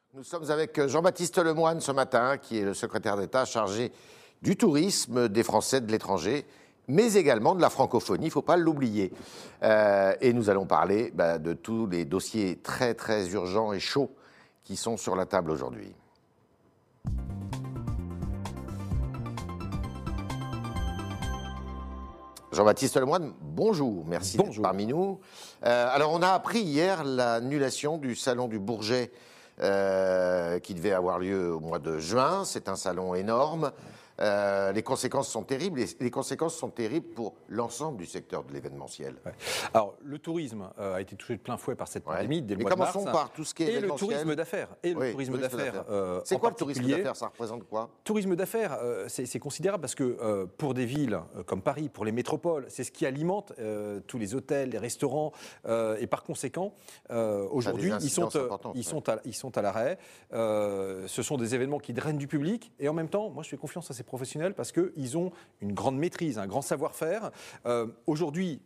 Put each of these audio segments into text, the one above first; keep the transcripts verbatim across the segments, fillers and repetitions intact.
Nous sommes avec Jean-Baptiste Lemoyne ce matin, qui est le secrétaire d'État chargé du tourisme des Français de l'étranger, mais également de la francophonie, il ne faut pas l'oublier. Euh, et nous allons parler bah, de tous les dossiers très très urgents et chauds qui sont sur la table aujourd'hui. Jean-Baptiste Lemoyne, bonjour, merci d'être parmi nous. Euh, alors on a appris hier l'annulation du salon du Bourget euh, qui devait avoir lieu au mois de juin. C'est un salon énorme. Euh, les conséquences sont terribles et les conséquences sont terribles pour l'ensemble du secteur de l'événementiel. Ouais. Alors, le tourisme euh, a été touché de plein fouet par cette pandémie ouais. dès le Mais mois de mars. Commençons par tout ce qui est et événementiel. le tourisme d'affaires. Et le oui, tourisme d'affaires. Euh, c'est quoi le tourisme d'affaires? Ça représente quoi? Tourisme d'affaires, euh, c'est considérable parce que euh, pour des villes euh, comme Paris, pour les métropoles, c'est ce qui alimente euh, tous les hôtels, les restaurants, euh, et par conséquent, euh, aujourd'hui, ils sont, euh, ils, sont à, ils sont à l'arrêt. Euh, ce sont des événements qui drainent du public et en même temps, moi, je fais confiance à ces professionnels parce que ils ont une grande maîtrise, un grand savoir-faire. Euh, Aujourd'hui,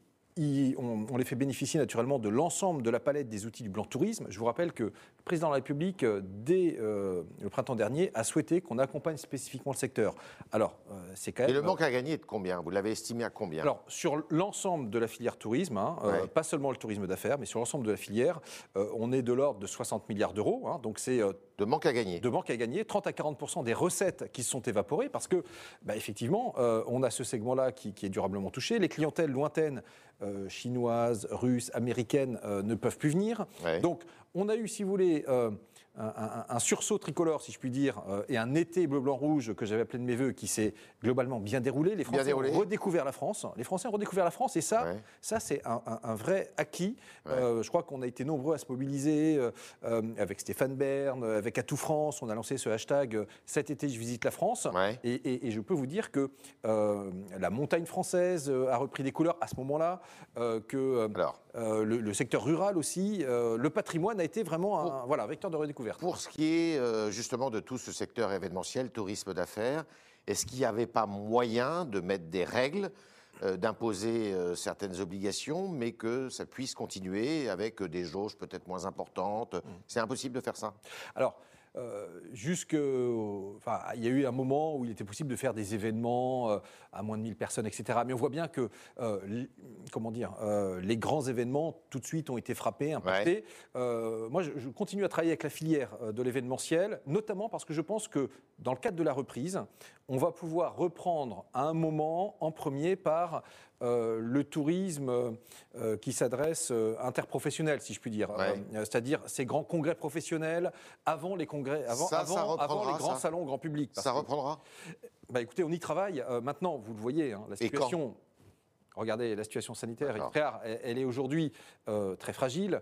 on, on les fait bénéficier naturellement de l'ensemble de la palette des outils du plan tourisme. Je vous rappelle que le président de la République, dès euh, le printemps dernier, a souhaité qu'on accompagne spécifiquement le secteur. Alors, euh, c'est quand même... Et le manque à gagner est de combien? Vous l'avez estimé à combien? Alors, sur l'ensemble de la filière tourisme, hein, ouais. euh, pas seulement le tourisme d'affaires, mais sur l'ensemble de la filière, euh, on est de l'ordre de soixante milliards d'euros. Hein, donc, c'est... Euh, de manque à gagner. De manque à gagner, trente à quarante pour cent des recettes qui se sont évaporées parce que, bah, effectivement, euh, on a ce segment-là qui, qui est durablement touché. Les clientèles lointaines, euh, chinoises, russes, américaines, euh, ne peuvent plus venir. Ouais. Donc, on a eu, si vous voulez, euh, un, un, un sursaut tricolore, si je puis dire, euh, et un été bleu-blanc-rouge que j'avais appelé de mes voeux, qui s'est globalement bien déroulé. Les Français ont redécouvert la France. Les Français ont redécouvert la France, et ça, ouais. ça c'est un, un, un vrai acquis. Ouais. Euh, je crois qu'on a été nombreux à se mobiliser euh, euh, avec Stéphane Bern, avec Atout France. On a lancé ce hashtag euh, « Cet été, je visite la France ouais. ». Et, et, et je peux vous dire que euh, la montagne française a repris des couleurs à ce moment-là, euh, que euh, le, le secteur rural aussi, euh, le patrimoine a été vraiment un pour, voilà, vecteur de redécouverte. Pour ce qui est euh, justement de tout ce secteur événementiel, tourisme d'affaires, est-ce qu'il n'y avait pas moyen de mettre des règles, euh, d'imposer euh, certaines obligations, mais que ça puisse continuer avec des jauges peut-être moins importantes? Mmh. C'est impossible de faire ça? Alors, Euh, jusque, enfin, il y a eu un moment où il était possible de faire des événements euh, à moins de mille personnes, et cetera. Mais on voit bien que, euh, les, comment dire, euh, les grands événements tout de suite ont été frappés, impactés. Ouais. Euh, moi, je, je continue à travailler avec la filière de l'événementiel, notamment parce que je pense que dans le cadre de la reprise, on va pouvoir reprendre à un moment en premier par Euh, le tourisme euh, qui s'adresse euh, interprofessionnel, si je puis dire, ouais. euh, c'est-à-dire ces grands congrès professionnels avant les congrès, avant, ça, avant, ça avant les grands ça. salons grand public. Ça que, reprendra bah, écoutez, on y travaille. Euh, maintenant, vous le voyez, hein, la situation. Regardez, la situation sanitaire, elle, elle est aujourd'hui euh, très fragile.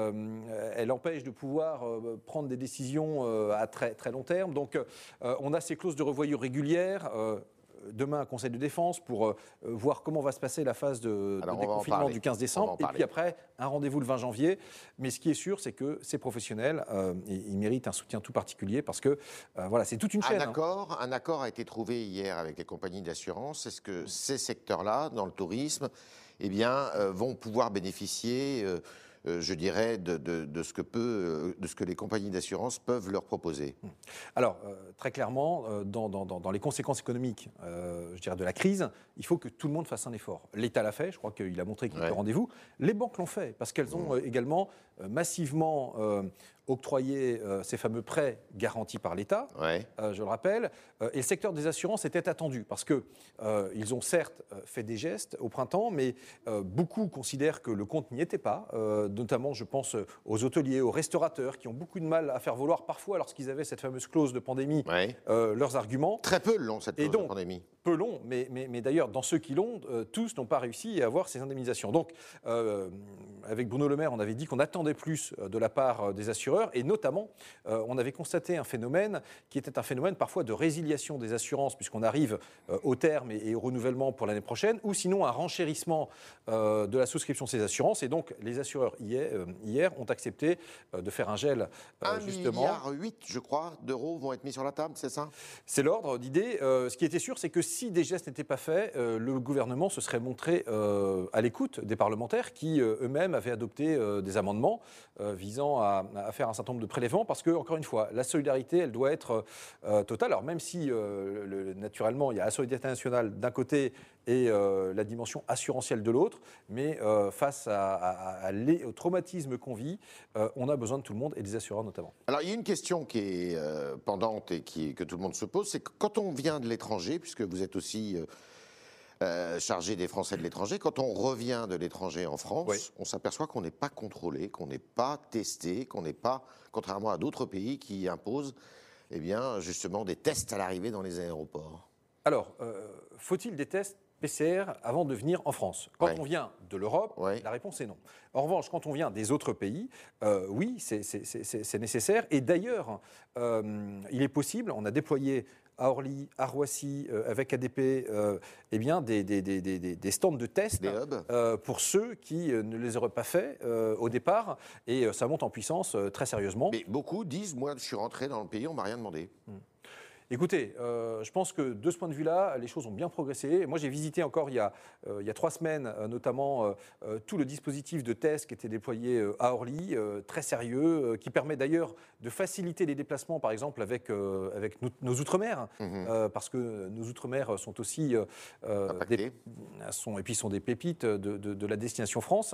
Euh, elle empêche de pouvoir euh, prendre des décisions euh, à très, très long terme. Donc, euh, on a ces clauses de revoyure régulières. Euh, Demain, un conseil de défense pour euh, voir comment va se passer la phase de, de déconfinement du quinze décembre. Et puis après, un rendez-vous le vingt janvier. Mais ce qui est sûr, c'est que ces professionnels, euh, ils méritent un soutien tout particulier parce que euh, voilà, c'est toute une chaîne. Un accord, hein. un accord a été trouvé hier avec les compagnies d'assurance. Est-ce que ces secteurs-là, dans le tourisme, eh bien, euh, vont pouvoir bénéficier euh, Euh, je dirais, de, de, de, ce que peut, de ce que les compagnies d'assurance peuvent leur proposer? Alors, euh, très clairement, euh, dans, dans, dans les conséquences économiques euh, je dirais de la crise, il faut que tout le monde fasse un effort. L'État l'a fait, je crois qu'il a montré qu'il était au rendez-vous. Les banques l'ont fait, parce qu'elles ont euh, également euh, massivement euh, octroyé euh, ces fameux prêts garantis par l'État, ouais. euh, je le rappelle. Euh, et le secteur des assurances était attendu, parce qu'ils euh, ont certes fait des gestes au printemps, mais euh, beaucoup considèrent que le compte n'y était pas. Euh, notamment, je pense aux hôteliers, aux restaurateurs, qui ont beaucoup de mal à faire valoir parfois, lorsqu'ils avaient cette fameuse clause de pandémie, ouais. euh, leurs arguments. Très peu long, cette clause Et donc, de pandémie. Peu long, mais, mais, mais d'ailleurs, dans ceux qui l'ont, euh, tous n'ont pas réussi à avoir ces indemnisations. Donc, euh, avec Bruno Le Maire, on avait dit qu'on attendait plus de la part des assureurs, et notamment, euh, on avait constaté un phénomène qui était un phénomène parfois de résiliation des assurances, puisqu'on arrive euh, au terme et, et au renouvellement pour l'année prochaine, ou sinon un renchérissement euh, de la souscription de ces assurances. Et donc, les assureurs hier, euh, hier ont accepté euh, de faire un gel, euh, un justement. un virgule huit milliard, je crois, d'euros vont être mis sur la table, c'est ça? C'est l'ordre d'idée. Euh, ce qui était sûr, c'est que si si des gestes n'étaient pas faits, euh, le gouvernement se serait montré euh, à l'écoute des parlementaires qui euh, eux-mêmes avaient adopté euh, des amendements euh, visant à, à faire un certain nombre de prélèvements, parce que, encore une fois, la solidarité, elle doit être euh, totale. Alors même si, euh, le, naturellement, il y a la solidarité nationale d'un côté et euh, la dimension assurantielle de l'autre, mais euh, face à, à, à au traumatisme qu'on vit, euh, on a besoin de tout le monde et des assureurs notamment. Alors il y a une question qui est euh, pendante et qui, que tout le monde se pose, c'est que quand on vient de l'étranger, puisque vous êtes aussi euh, euh, chargé des Français de l'étranger, quand on revient de l'étranger en France, oui. on s'aperçoit qu'on n'est pas contrôlé, qu'on n'est pas testé, qu'on n'est pas, contrairement à d'autres pays qui imposent eh bien, justement des tests à l'arrivée dans les aéroports. Alors, euh, faut-il des tests P C R avant de venir en France? Quand ouais. on vient de l'Europe, ouais. la réponse est non. En revanche, quand on vient des autres pays, euh, oui, c'est, c'est, c'est, c'est nécessaire. Et d'ailleurs, euh, il est possible, on a déployé à Orly, à Roissy, euh, avec A D P, euh, eh bien, des, des, des, des, des stands de tests euh, pour ceux qui euh, ne les auraient pas faits euh, au départ. Et euh, ça monte en puissance euh, très sérieusement. Mais beaucoup disent, moi, je suis rentré dans le pays, on ne m'a rien demandé. Hum. Écoutez, euh, je pense que de ce point de vue-là, les choses ont bien progressé. Moi, j'ai visité encore il y a, euh, il y a trois semaines, euh, notamment, euh, euh, tout le dispositif de test qui était déployé euh, à Orly, euh, très sérieux, euh, qui permet d'ailleurs de faciliter les déplacements, par exemple, avec, euh, avec nos, nos Outre-mer, mmh. euh, parce que nos Outre-mer sont aussi euh, des, sont, et puis sont des pépites de, de, de la destination France.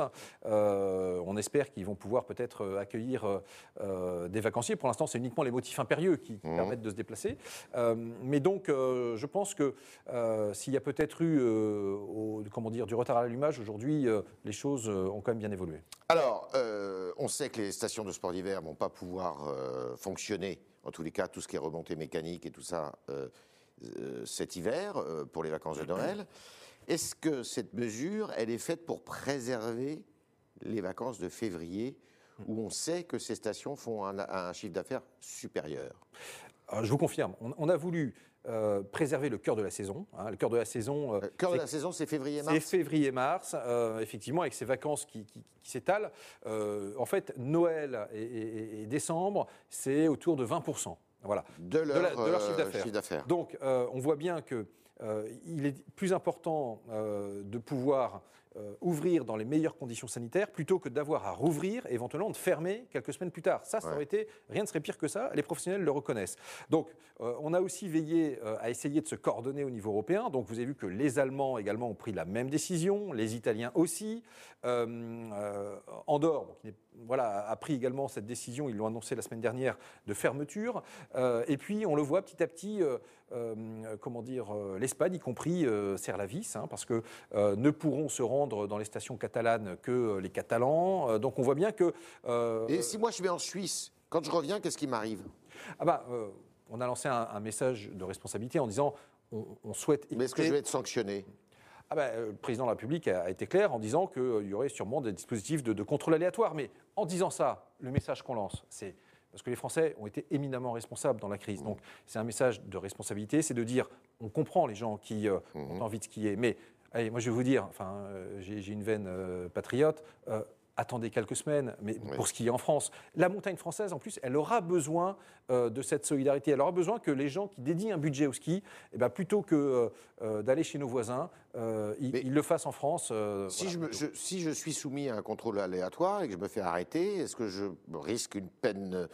Euh, on espère qu'ils vont pouvoir peut-être accueillir euh, des vacanciers. Pour l'instant, c'est uniquement les motifs impérieux qui, qui mmh. permettent de se déplacer. Euh, mais donc, euh, je pense que euh, s'il y a peut-être eu euh, au, comment dire, du retard à l'allumage, aujourd'hui, euh, les choses euh, ont quand même bien évolué. Alors, euh, on sait que les stations de sport d'hiver ne vont pas pouvoir euh, fonctionner, en tous les cas, tout ce qui est remontée mécanique et tout ça, euh, euh, cet hiver, euh, pour les vacances de Noël. Est-ce que cette mesure, elle est faite pour préserver les vacances de février, où on sait que ces stations font un, un chiffre d'affaires supérieur ? Alors, je vous confirme, on, on a voulu euh, préserver le cœur de la saison. Hein, le cœur de la saison, euh, le cœur de la saison, c'est février-mars. C'est février-mars, euh, effectivement, avec ces vacances qui, qui, qui s'étalent. Euh, en fait, Noël et, et, et décembre, c'est autour de vingt pour cent. Voilà, de leur, de la, de leur chiffre, d'affaires. chiffre d'affaires. Donc, euh, on voit bien que euh, il est plus important euh, de pouvoir Euh, ouvrir dans les meilleures conditions sanitaires plutôt que d'avoir à rouvrir et éventuellement de fermer quelques semaines plus tard. Ça, ça aurait été, rien ne serait pire que ça, les professionnels le reconnaissent. Donc, euh, on a aussi veillé euh, à essayer de se coordonner au niveau européen. Donc, vous avez vu que les Allemands également ont pris la même décision, les Italiens aussi. Euh, euh, Andorre, bon, qui voilà, a pris également cette décision, ils l'ont annoncé la semaine dernière, de fermeture. Euh, et puis, on le voit petit à petit, euh, euh, comment dire, euh, l'Espagne, y compris, euh, serre la vis, hein, parce que euh, ne pourront se rendre dans les stations catalanes que les Catalans. Euh, donc, on voit bien que... Euh, et si moi, je vais en Suisse, quand je reviens, qu'est-ce qui m'arrive ? Ah bah, euh, on a lancé un, un message de responsabilité en disant, on, on souhaite... Éviter... Mais est-ce que je vais être sanctionné ? Ah ben, le président de la République a été clair en disant qu'il euh, y aurait sûrement des dispositifs de, de contrôle aléatoire. Mais en disant ça, le message qu'on lance, c'est parce que les Français ont été éminemment responsables dans la crise. Donc c'est un message de responsabilité, c'est de dire, on comprend les gens qui euh, mmh. ont envie de skier. Mais allez, moi je vais vous dire, enfin, euh, j'ai, j'ai une veine euh, patriote. Euh, Attendez quelques semaines, mais oui. pour skier en France. La montagne française, en plus, elle aura besoin euh, de cette solidarité. Elle aura besoin que les gens qui dédient un budget au ski, eh ben, plutôt que euh, d'aller chez nos voisins, euh, ils, ils le fassent en France. Euh, si, voilà, je me, je, si je suis soumis à un contrôle aléatoire et que je me fais arrêter, est-ce que je risque une peine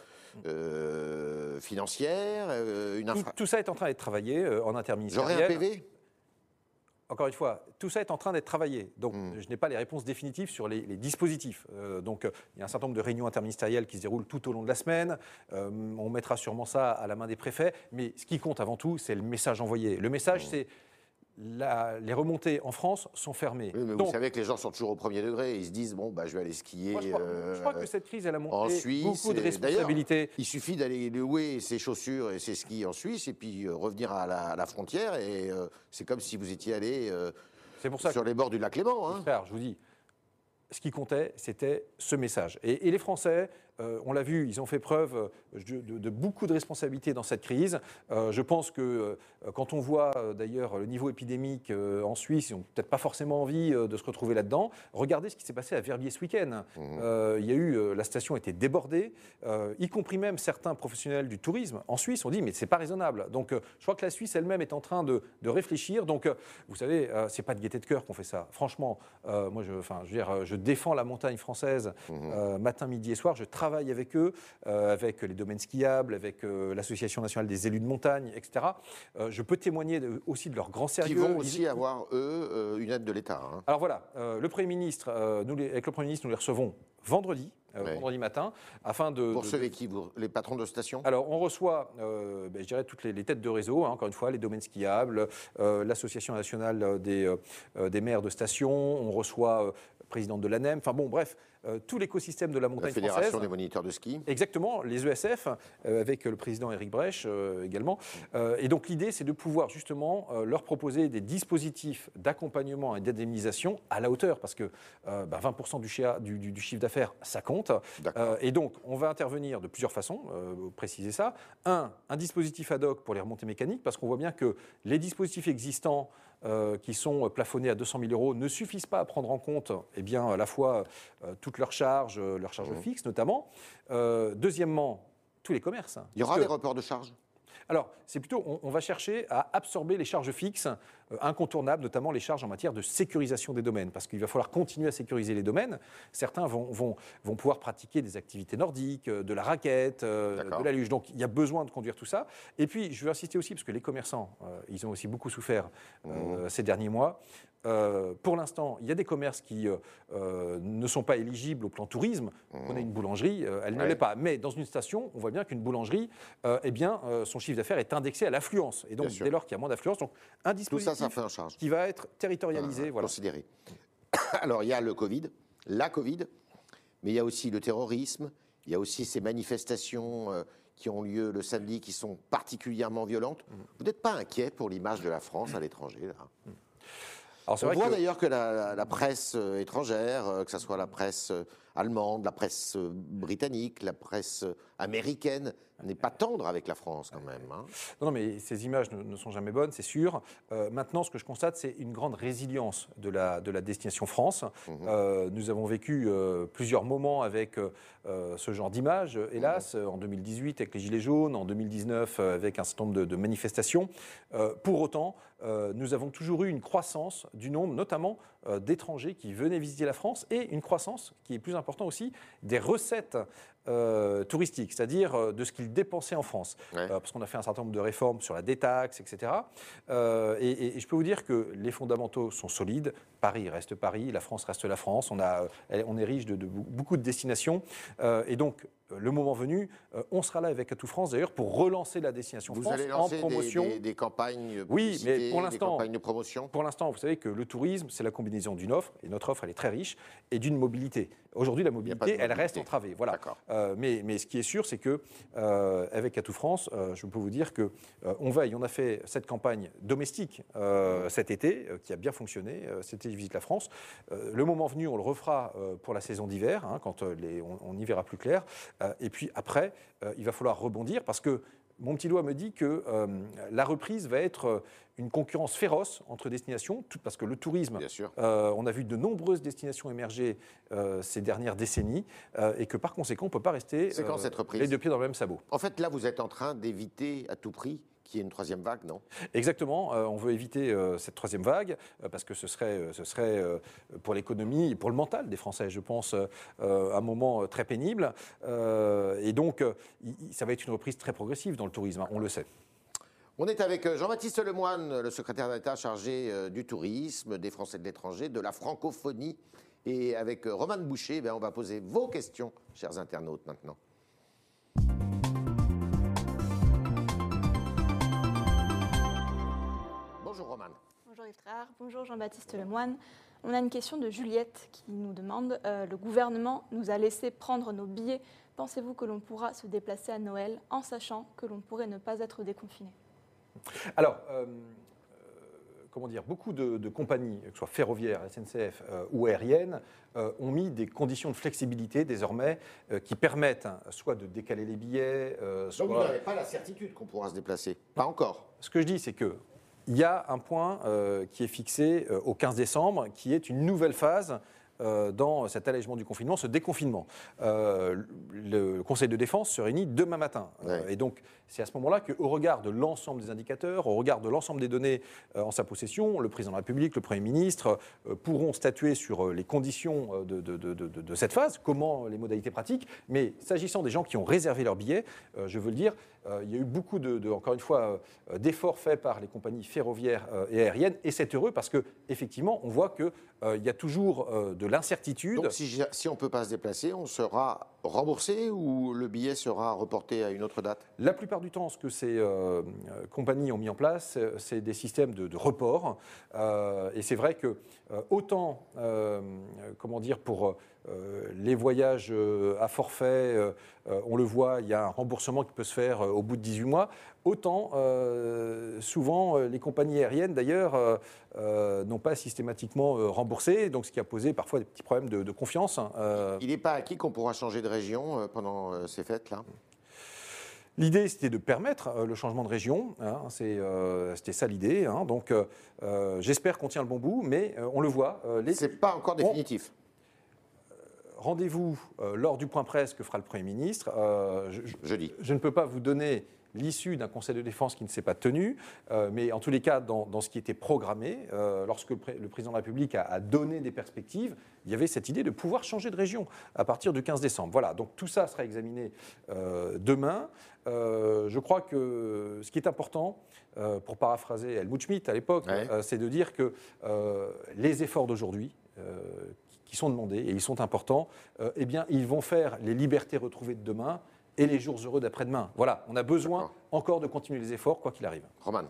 euh, financière euh, une infra... tout, tout ça est en train d'être travaillé euh, en interministériel. J'aurai un P V ? Encore une fois, tout ça est en train d'être travaillé. Donc, mmh. je n'ai pas les réponses définitives sur les, les dispositifs. Euh, donc, euh, il y a un certain nombre de réunions interministérielles qui se déroulent tout au long de la semaine. Euh, on mettra sûrement ça à la main des préfets. Mais ce qui compte avant tout, c'est le message envoyé. Le message, mmh. c'est la, les remontées en France sont fermées. Oui, mais donc, vous savez que les gens sont toujours au premier degré. Ils se disent, bon, bah, je vais aller skier. Moi, je, crois, euh, je crois que cette crise, elle a montré Suisse, beaucoup de responsabilités. Il suffit d'aller louer ses chaussures et ses skis en Suisse et puis euh, revenir à la, à la frontière. Et euh, c'est comme si vous étiez allé... Euh, C'est pour ça sur que, les bords du lac Léman. Hein. Frère, je vous dis, ce qui comptait, c'était ce message. Et, et les Français euh, on l'a vu, ils ont fait preuve euh, de, de, de beaucoup de responsabilités dans cette crise. Euh, je pense que euh, quand on voit euh, d'ailleurs le niveau épidémique euh, en Suisse, ils n'ont peut-être pas forcément envie euh, de se retrouver là-dedans. Regardez ce qui s'est passé à Verbier ce week-end. Mmh. Euh, il y a eu, euh, la station était débordée, euh, y compris même certains professionnels du tourisme en Suisse ont dit mais c'est pas raisonnable. Donc euh, je crois que la Suisse elle-même est en train de, de réfléchir. Donc euh, vous savez, euh, c'est pas de gaieté de cœur qu'on fait ça. Franchement, euh, moi je, enfin, je veux dire, je défends la montagne française mmh. euh, matin, midi et soir. Je travaille avec eux, euh, avec les domaines skiables, avec euh, l'Association nationale des élus de montagne, et cetera. Euh, je peux témoigner de, aussi de leur grand sérieux. Qui vont aussi Ils... avoir, eux, euh, une aide de l'État. Hein. Alors voilà, euh, le Premier ministre, euh, nous les, avec le Premier ministre, nous les recevons vendredi. Euh, ouais. vendredi matin, afin de... Vous recevez de... qui vous, les patrons de station? Alors, on reçoit, euh, ben, je dirais, toutes les, les têtes de réseau, hein, encore une fois, les domaines skiables, euh, l'Association nationale des, euh, des maires de station, on reçoit euh, présidente de l'A N E M, enfin bon, bref, euh, tout l'écosystème de la montagne française. La Fédération française, des moniteurs de ski. Exactement, les E S F, euh, avec le président Éric Brèche euh, également. Euh, et donc, l'idée, c'est de pouvoir justement euh, leur proposer des dispositifs d'accompagnement et d'indemnisation à la hauteur, parce que euh, bah, vingt pour cent du, chia, du, du, du chiffre d'affaires, ça compte. Euh, et donc, on va intervenir de plusieurs façons, euh, préciser ça. Un, un dispositif ad hoc pour les remontées mécaniques, parce qu'on voit bien que les dispositifs existants euh, qui sont plafonnés à deux cent mille euros ne suffisent pas à prendre en compte eh bien, à la fois euh, toutes leurs charges, leurs charges mmh. fixes notamment. Euh, deuxièmement, tous les commerces. Il y aura que, des reports de charges? Alors, c'est plutôt, on, on va chercher à absorber les charges fixes euh, incontournables, notamment les charges en matière de sécurisation des domaines, parce qu'il va falloir continuer à sécuriser les domaines. Certains vont, vont, vont pouvoir pratiquer des activités nordiques, euh, de la raquette, euh, de la luge. Donc, il y a besoin de conduire tout ça. Et puis, je veux insister aussi, parce que les commerçants, euh, ils ont aussi beaucoup souffert euh, mmh. ces derniers mois. Euh, pour l'instant, il y a des commerces qui euh, euh, ne sont pas éligibles au plan tourisme. Mmh. On a une boulangerie, euh, elle ouais. ne l'est pas. Mais dans une station, on voit bien qu'une boulangerie, euh, eh bien, euh, son chiffre d'affaires est indexé à l'affluence. Et donc, dès lors qu'il y a moins d'affluence, donc un dispositif tout ça, ça fait en charge. Qui va être territorialisé. Ah, voilà. Considéré. Alors, il y a le Covid, la Covid, mais il y a aussi le terrorisme, il y a aussi ces manifestations euh, qui ont lieu le samedi qui sont particulièrement violentes. Mmh. Vous n'êtes pas inquiet pour l'image de la France à l'étranger, là mmh. Alors, on voit que... d'ailleurs que la, la, la presse euh, étrangère, euh, que ce soit la presse euh, allemande, la presse euh, britannique, la presse euh, américaine, n'est pas tendre avec la France quand même. Hein. Non, non, mais ces images ne, ne sont jamais bonnes, c'est sûr. Euh, maintenant, ce que je constate, c'est une grande résilience de la, de la destination France. Mmh. Euh, nous avons vécu euh, plusieurs moments avec euh, ce genre d'images, hélas, mmh. en deux mille dix-huit avec les Gilets jaunes, en deux mille dix-neuf avec un certain nombre de, de manifestations. Euh, pour autant, euh, nous avons toujours eu une croissance du nombre, notamment euh, d'étrangers qui venaient visiter la France, et une croissance, qui est plus importante aussi, des recettes Euh, touristique, c'est-à-dire euh, de ce qu'ils dépensaient en France. Ouais. Euh, parce qu'on a fait un certain nombre de réformes sur la détaxe, et cetera. Euh, et, et, et je peux vous dire que les fondamentaux sont solides. Paris reste Paris, la France reste la France. On, a, on est riche de, de beaucoup de destinations. Euh, et donc, le moment venu, euh, on sera là avec Atout France, d'ailleurs, pour relancer la destination vous France allez lancer en promotion. Des, des, des campagnes oui, mais pour des campagnes de promotion. Pour l'instant, vous savez que le tourisme, c'est la combinaison d'une offre, et notre offre, elle est très riche, et d'une mobilité. Aujourd'hui, la mobilité, mobilité, elle reste entravée. Voilà. Euh, mais, mais ce qui est sûr, c'est que euh, avec Atout France, euh, je peux vous dire que euh, on veille. On a fait cette campagne domestique euh, cet été, euh, qui a bien fonctionné. Euh, C'était Visite la France. Euh, le moment venu, on le refera euh, pour la saison d'hiver, hein, quand euh, les, on, on y verra plus clair. Euh, et puis après, euh, il va falloir rebondir parce que mon petit doigt me dit que euh, la reprise va être une concurrence féroce entre destinations, tout, parce que le tourisme, euh, on a vu de nombreuses destinations émerger euh, ces dernières décennies, euh, et que par conséquent, on ne peut pas rester C'est quand, euh, cette reprise les deux pieds dans le même sabot. En fait, là, vous êtes en train d'éviter à tout prix qu'il y ait une troisième vague, non? Exactement, euh, on veut éviter euh, cette troisième vague, euh, parce que ce serait, euh, ce serait euh, pour l'économie et pour le mental des Français, je pense, euh, un moment très pénible. Euh, et donc, euh, il, ça va être une reprise très progressive dans le tourisme, hein, on le sait. On est avec Jean-Baptiste Lemoyne, le secrétaire d'État chargé euh, du tourisme, des Français de l'étranger, de la francophonie. Et avec euh, Romane Boucher, ben, on va poser vos questions, chers internautes, maintenant. Bonjour Romane. Bonjour Yves Tréhard, bonjour Jean-Baptiste Lemoyne. On a une question de Juliette qui nous demande euh, « Le gouvernement nous a laissé prendre nos billets. Pensez-vous que l'on pourra se déplacer à Noël en sachant que l'on pourrait ne pas être déconfiné ?» Alors, euh, comment dire, beaucoup de, de compagnies, que ce soit ferroviaires, S N C F euh, ou aériennes, euh, ont mis des conditions de flexibilité désormais euh, qui permettent hein, soit de décaler les billets, euh, soit... Donc vous n'avez pas la certitude qu'on pourra se déplacer? Pas encore. Ce que je dis, c'est que il y a un point euh, qui est fixé euh, au quinze décembre, qui est une nouvelle phase euh, dans cet allègement du confinement, ce déconfinement. Euh, le Conseil de défense se réunit demain matin. Ouais. Euh, et donc, c'est à ce moment-là qu'au regard de l'ensemble des indicateurs, au regard de l'ensemble des données euh, en sa possession, le Président de la République, le Premier ministre euh, pourront statuer sur euh, les conditions euh, de, de, de, de, de cette phase, comment les modalités pratiques. Mais s'agissant des gens qui ont réservé leur billet, euh, je veux le dire, Euh, il y a eu beaucoup, de, de, encore une fois, euh, d'efforts faits par les compagnies ferroviaires euh, et aériennes, et c'est heureux parce qu'effectivement, on voit qu'il euh, y a toujours euh, de l'incertitude. Donc si, si on ne peut pas se déplacer, on sera remboursé ou le billet sera reporté à une autre date? La plupart du temps, ce que ces euh, compagnies ont mis en place, c'est des systèmes de, de report. Euh, et c'est vrai que euh, autant, euh, comment dire, pour euh, les voyages euh, à forfait, euh, on le voit, il y a un remboursement qui peut se faire euh, au bout de dix-huit mois. Autant, euh, souvent, les compagnies aériennes, d'ailleurs, euh, euh, n'ont pas systématiquement euh, remboursé, donc ce qui a posé parfois des petits problèmes de, de confiance. Euh, Il n'est pas acquis qu'on pourra changer de région euh, pendant euh, ces fêtes-là? L'idée, c'était de permettre euh, le changement de région. Hein, c'est, euh, c'était ça l'idée. Hein, donc, euh, euh, j'espère qu'on tient le bon bout, mais euh, on le voit. Euh, les... C'est pas encore définitif. On... Rendez-vous euh, lors du point presse que fera le Premier ministre. Euh, je, je, Jeudi. Je ne peux pas vous donner l'issue d'un Conseil de défense qui ne s'est pas tenu, euh, mais en tous les cas, dans, dans ce qui était programmé, euh, lorsque le, pré- le Président de la République a, a donné des perspectives, il y avait cette idée de pouvoir changer de région à partir du quinze décembre. Voilà, donc tout ça sera examiné euh, demain. Euh, je crois que ce qui est important, euh, pour paraphraser Helmut Schmidt à l'époque, Ouais. euh, c'est de dire que euh, les efforts d'aujourd'hui, euh, qui sont demandés, et ils sont importants, euh, eh bien, ils vont faire les libertés retrouvées de demain et les jours heureux d'après-demain. Voilà, on a besoin D'accord. encore de continuer les efforts, quoi qu'il arrive. Romane.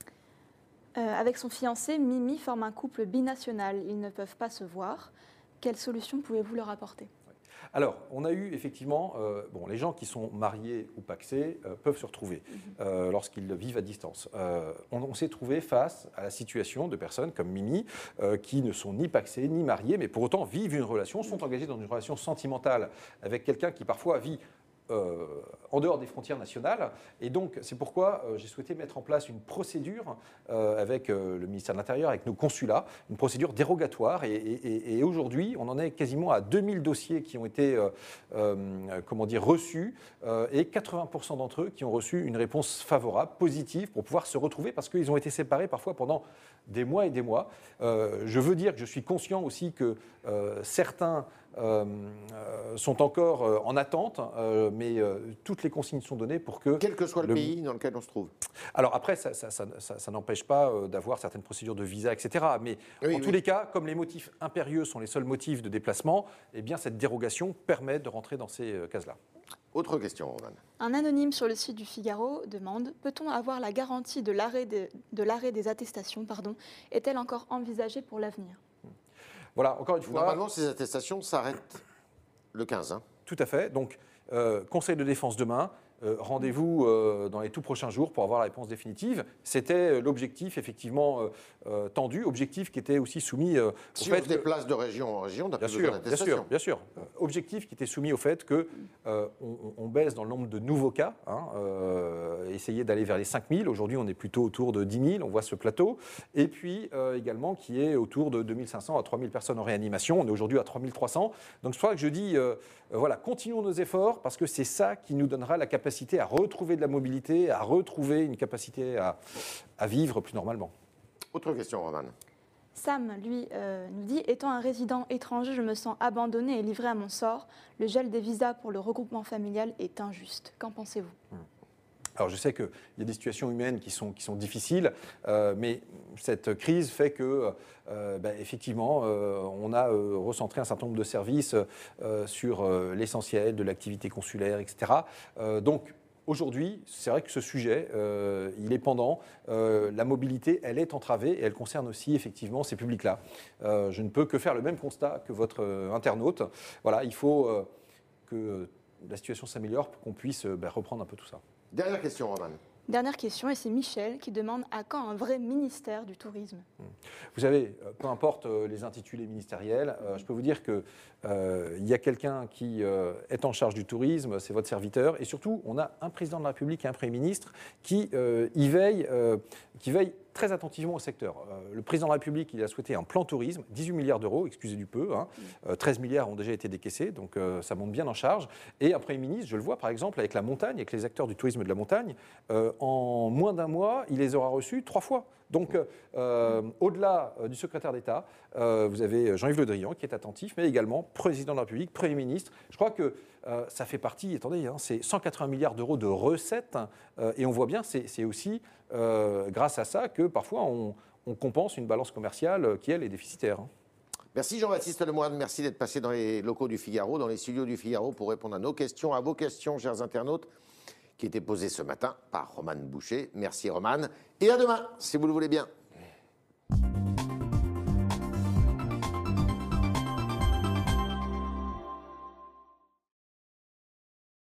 Euh, avec son fiancé, Mimi forme un couple binational. Ils ne peuvent pas se voir. Quelle solution pouvez-vous leur apporter? Alors, on a eu effectivement, euh, bon, les gens qui sont mariés ou pacsés euh, peuvent se retrouver euh, lorsqu'ils vivent à distance. Euh, on on s'est trouvé face à la situation de personnes comme Mimi euh, qui ne sont ni pacsées ni mariées, mais pour autant vivent une relation, sont engagées dans une relation sentimentale avec quelqu'un qui parfois vit Euh, en dehors des frontières nationales. Et donc, c'est pourquoi euh, j'ai souhaité mettre en place une procédure euh, avec euh, le ministère de l'Intérieur, avec nos consulats, une procédure dérogatoire. Et, et, et aujourd'hui, on en est quasiment à deux mille dossiers qui ont été euh, euh, comment dire, reçus euh, et quatre-vingts pour cent d'entre eux qui ont reçu une réponse favorable, positive, pour pouvoir se retrouver parce qu'ils ont été séparés parfois pendant des mois et des mois. Euh, je veux dire que je suis conscient aussi que euh, certains Euh, euh, sont encore euh, en attente, euh, mais euh, toutes les consignes sont données pour que... Quel que soit le, le pays dans lequel on se trouve. Alors après, ça, ça, ça, ça, ça n'empêche pas euh, d'avoir certaines procédures de visa, et cetera. Mais oui, en oui. tous les cas, comme les motifs impérieux sont les seuls motifs de déplacement, eh bien cette dérogation permet de rentrer dans ces euh, cases-là. Autre question, Romane. Un anonyme sur le site du Figaro demande « Peut-on avoir la garantie de l'arrêt de, de l'arrêt des attestations pardon, est-elle encore envisagée pour l'avenir ?» Voilà, encore une fois... Normalement, ces attestations s'arrêtent le quinze. Hein. Tout à fait. Donc, euh, Conseil de défense demain. Euh, rendez-vous euh, dans les tout prochains jours pour avoir la réponse définitive. C'était l'objectif effectivement euh, euh, tendu, objectif qui était aussi soumis euh, au si fait on se déplace de région en région, on n'a bien plus sûr, besoin bien d'attestation. sûr, bien sûr. Euh, objectif qui était soumis au fait que euh, on, on baisse dans le nombre de nouveaux cas, hein, euh, essayer d'aller vers les cinq mille. Aujourd'hui, on est plutôt autour de dix mille. On voit ce plateau. Et puis euh, également qui est autour de deux mille cinq cents à trois mille personnes en réanimation. On est aujourd'hui à trois mille trois cents. Donc c'est pour ça que je dis, euh, voilà, continuons nos efforts parce que c'est ça qui nous donnera la capacité à retrouver de la mobilité, à retrouver une capacité à, à vivre plus normalement. Autre question, Romane. Sam, lui, euh, nous dit « Étant un résident étranger, je me sens abandonné et livré à mon sort. Le gel des visas pour le regroupement familial est injuste. Qu'en pensez-vous » Alors je sais qu'il y a des situations humaines qui sont, qui sont difficiles, euh, mais cette crise fait que, euh, ben, effectivement, euh, on a euh, recentré un certain nombre de services euh, sur euh, l'essentiel de l'activité consulaire, et cetera. Euh, donc, aujourd'hui, c'est vrai que ce sujet, euh, il est pendant. Euh, la mobilité, elle est entravée et elle concerne aussi effectivement ces publics-là. Euh, je ne peux que faire le même constat que votre euh, internaute. Voilà, il faut euh, que la situation s'améliore pour qu'on puisse euh, ben, reprendre un peu tout ça. Dernière question, Romane. Dernière question, et c'est Michel qui demande à quand un vrai ministère du tourisme? Vous savez, peu importe les intitulés ministériels, euh, je peux vous dire qu'il euh, y a quelqu'un qui euh, est en charge du tourisme, c'est votre serviteur, et surtout, on a un président de la République et un Premier ministre qui euh, y veille, euh, qui veille très attentivement au secteur. Euh, le président de la République, il a souhaité un plan tourisme, dix-huit milliards d'euros, excusez du peu, hein, euh, treize milliards ont déjà été décaissés, donc euh, ça monte bien en charge. Et un Premier ministre, je le vois par exemple avec la montagne, avec les acteurs du tourisme de la montagne, euh, en moins d'un mois, il les aura reçus trois fois. Donc, euh, au-delà euh, du secrétaire d'État, euh, vous avez Jean-Yves Le Drian qui est attentif, mais également président de la République, Premier ministre. Je crois que euh, ça fait partie, attendez, hein, c'est cent quatre-vingts milliards d'euros de recettes, hein, euh, et on voit bien, c'est, c'est aussi euh, grâce à ça que parfois on, on compense une balance commerciale qui, elle, est déficitaire. Hein. Merci Jean-Baptiste Lemoyne, merci d'être passé dans les locaux du Figaro, dans les studios du Figaro pour répondre à nos questions, à vos questions, chers internautes, qui étaient posées ce matin par Romane Boucher. Merci Romane, et à demain, si vous le voulez bien.